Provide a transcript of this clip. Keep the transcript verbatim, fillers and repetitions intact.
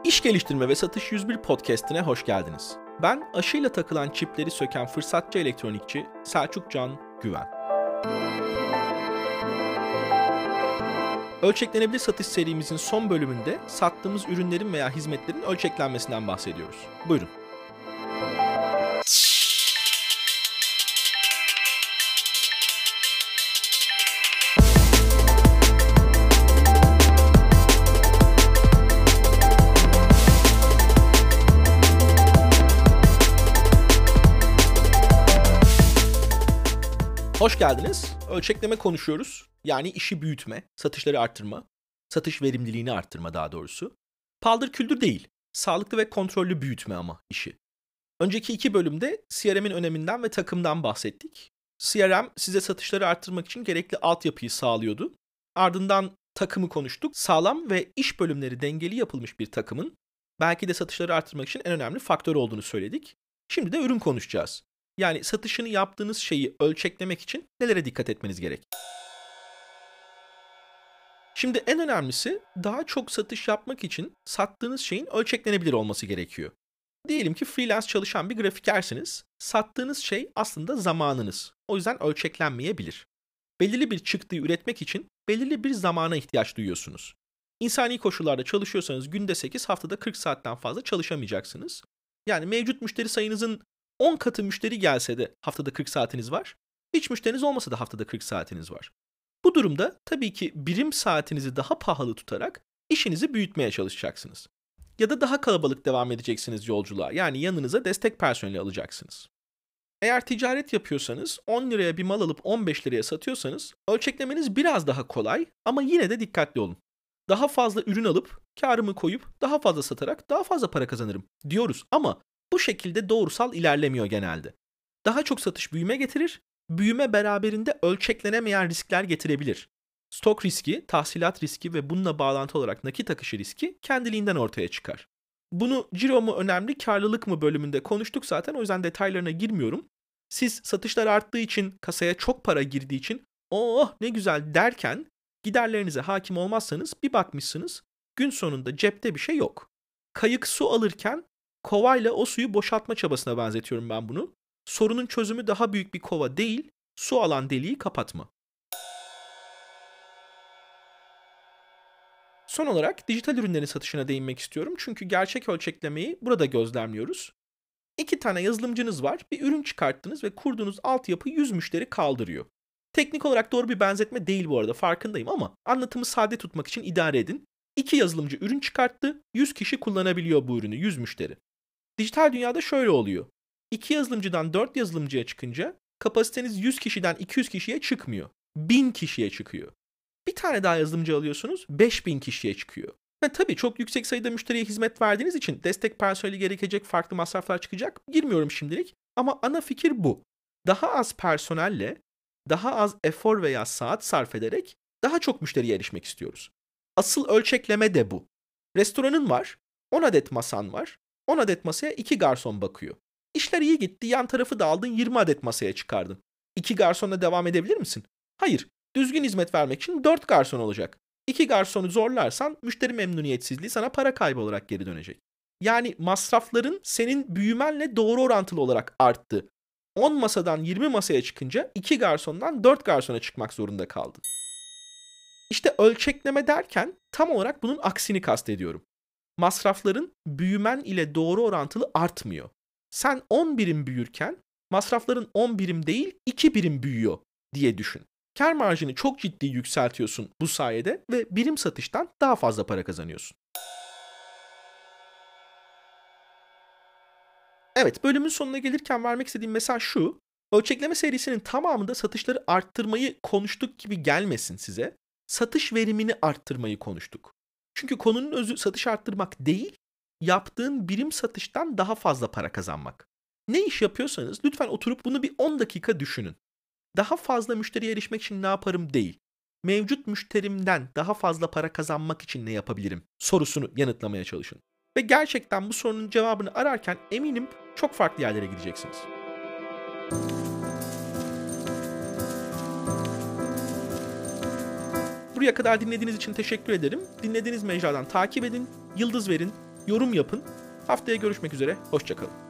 İş Geliştirme ve Satış yüz bir Podcast'ine hoş geldiniz. Ben aşıyla takılan çipleri söken fırsatçı elektronikçi Selçuk Can Güven. Ölçeklenebilir satış serimizin son bölümünde sattığımız ürünlerin veya hizmetlerin ölçeklenmesinden bahsediyoruz. Buyurun. Hoş geldiniz. Ölçekleme konuşuyoruz. Yani işi büyütme, satışları arttırma, satış verimliliğini arttırma daha doğrusu. Paldır küldür değil, sağlıklı ve kontrollü büyütme ama işi. Önceki iki bölümde C R M'in öneminden ve takımdan bahsettik. C R M size satışları arttırmak için gerekli altyapıyı sağlıyordu. Ardından takımı konuştuk. Sağlam ve iş bölümleri dengeli yapılmış bir takımın belki de satışları arttırmak için en önemli faktör olduğunu söyledik. Şimdi de ürün konuşacağız. Yani satışını yaptığınız şeyi ölçeklemek için nelere dikkat etmeniz gerek? Şimdi en önemlisi daha çok satış yapmak için sattığınız şeyin ölçeklenebilir olması gerekiyor. Diyelim ki freelance çalışan bir grafikersiniz. Sattığınız şey aslında zamanınız. O yüzden ölçeklenmeyebilir. Belirli bir çıktıyı üretmek için belirli bir zamana ihtiyaç duyuyorsunuz. İnsani koşullarda çalışıyorsanız günde sekiz, haftada kırk saatten fazla çalışamayacaksınız. Yani mevcut müşteri sayınızın on katı müşteri gelse de haftada kırk saatiniz var. Hiç müşteriniz olmasa da haftada kırk saatiniz var. Bu durumda tabii ki birim saatinizi daha pahalı tutarak işinizi büyütmeye çalışacaksınız. Ya da daha kalabalık devam edeceksiniz yolculuğa. Yani yanınıza destek personeli alacaksınız. Eğer ticaret yapıyorsanız on liraya bir mal alıp on beş liraya satıyorsanız ölçeklemeniz biraz daha kolay ama yine de dikkatli olun. Daha fazla ürün alıp karımı koyup daha fazla satarak daha fazla para kazanırım diyoruz ama bu şekilde doğrusal ilerlemiyor genelde. Daha çok satış büyüme getirir, büyüme beraberinde ölçeklenemeyen riskler getirebilir. Stok riski, tahsilat riski ve bununla bağlantı olarak nakit akışı riski kendiliğinden ortaya çıkar. Bunu ciro mu önemli, karlılık mı bölümünde konuştuk zaten, o yüzden detaylarına girmiyorum. Siz satışlar arttığı için, kasaya çok para girdiği için oh ne güzel derken giderlerinize hakim olmazsanız bir bakmışsınız gün sonunda cepte bir şey yok. Kayık su alırken kovayla o suyu boşaltma çabasına benzetiyorum ben bunu. Sorunun çözümü daha büyük bir kova değil, su alan deliği kapatma. Son olarak dijital ürünlerin satışına değinmek istiyorum. Çünkü gerçek ölçeklemeyi burada gözlemliyoruz. İki tane yazılımcınız var, bir ürün çıkarttınız ve kurduğunuz altyapı yüz müşteri kaldırıyor. Teknik olarak doğru bir benzetme değil bu arada, farkındayım ama anlatımı sade tutmak için idare edin. İki yazılımcı ürün çıkarttı, yüz kişi kullanabiliyor bu ürünü, yüz müşteri. Dijital dünyada şöyle oluyor. iki yazılımcıdan dört yazılımcıya çıkınca kapasiteniz yüz kişiden iki yüz kişiye çıkmıyor. bin kişiye çıkıyor. Bir tane daha yazılımcı alıyorsunuz, beş bin kişiye çıkıyor. Ve tabii çok yüksek sayıda müşteriye hizmet verdiğiniz için destek personeli gerekecek farklı masraflar çıkacak. Girmiyorum şimdilik ama ana fikir bu. Daha az personelle, daha az efor veya saat sarf ederek daha çok müşteriye erişmek istiyoruz. Asıl ölçekleme de bu. Restoranın var, on adet masan var. on adet masaya iki garson bakıyor. İşler iyi gitti, yan tarafı da aldın, yirmi adet masaya çıkardın. iki garsonla devam edebilir misin? Hayır, düzgün hizmet vermek için dört garson olacak. iki garsonu zorlarsan müşteri memnuniyetsizliği sana para kaybı olarak geri dönecek. Yani masrafların senin büyümenle doğru orantılı olarak arttı. on masadan yirmi masaya çıkınca iki garsondan dört garsona çıkmak zorunda kaldın. İşte ölçekleme derken tam olarak bunun aksini kastediyorum. Masrafların büyümen ile doğru orantılı artmıyor. Sen on birim büyürken masrafların on birim değil iki birim büyüyor diye düşün. Kâr marjını çok ciddi yükseltiyorsun bu sayede ve birim satıştan daha fazla para kazanıyorsun. Evet, bölümün sonuna gelirken vermek istediğim mesaj şu. Ölçekleme serisinin tamamında satışları arttırmayı konuştuk gibi gelmesin size. Satış verimini arttırmayı konuştuk. Çünkü konunun özü satış arttırmak değil, yaptığın birim satıştan daha fazla para kazanmak. Ne iş yapıyorsanız lütfen oturup bunu bir on dakika düşünün. Daha fazla müşteriye erişmek için ne yaparım değil. Mevcut müşterimden daha fazla para kazanmak için ne yapabilirim sorusunu yanıtlamaya çalışın. Ve gerçekten bu sorunun cevabını ararken eminim çok farklı yerlere gideceksiniz. Buraya kadar dinlediğiniz için teşekkür ederim. Dinlediğiniz mecradan takip edin, yıldız verin, yorum yapın. Haftaya görüşmek üzere, hoşça kalın.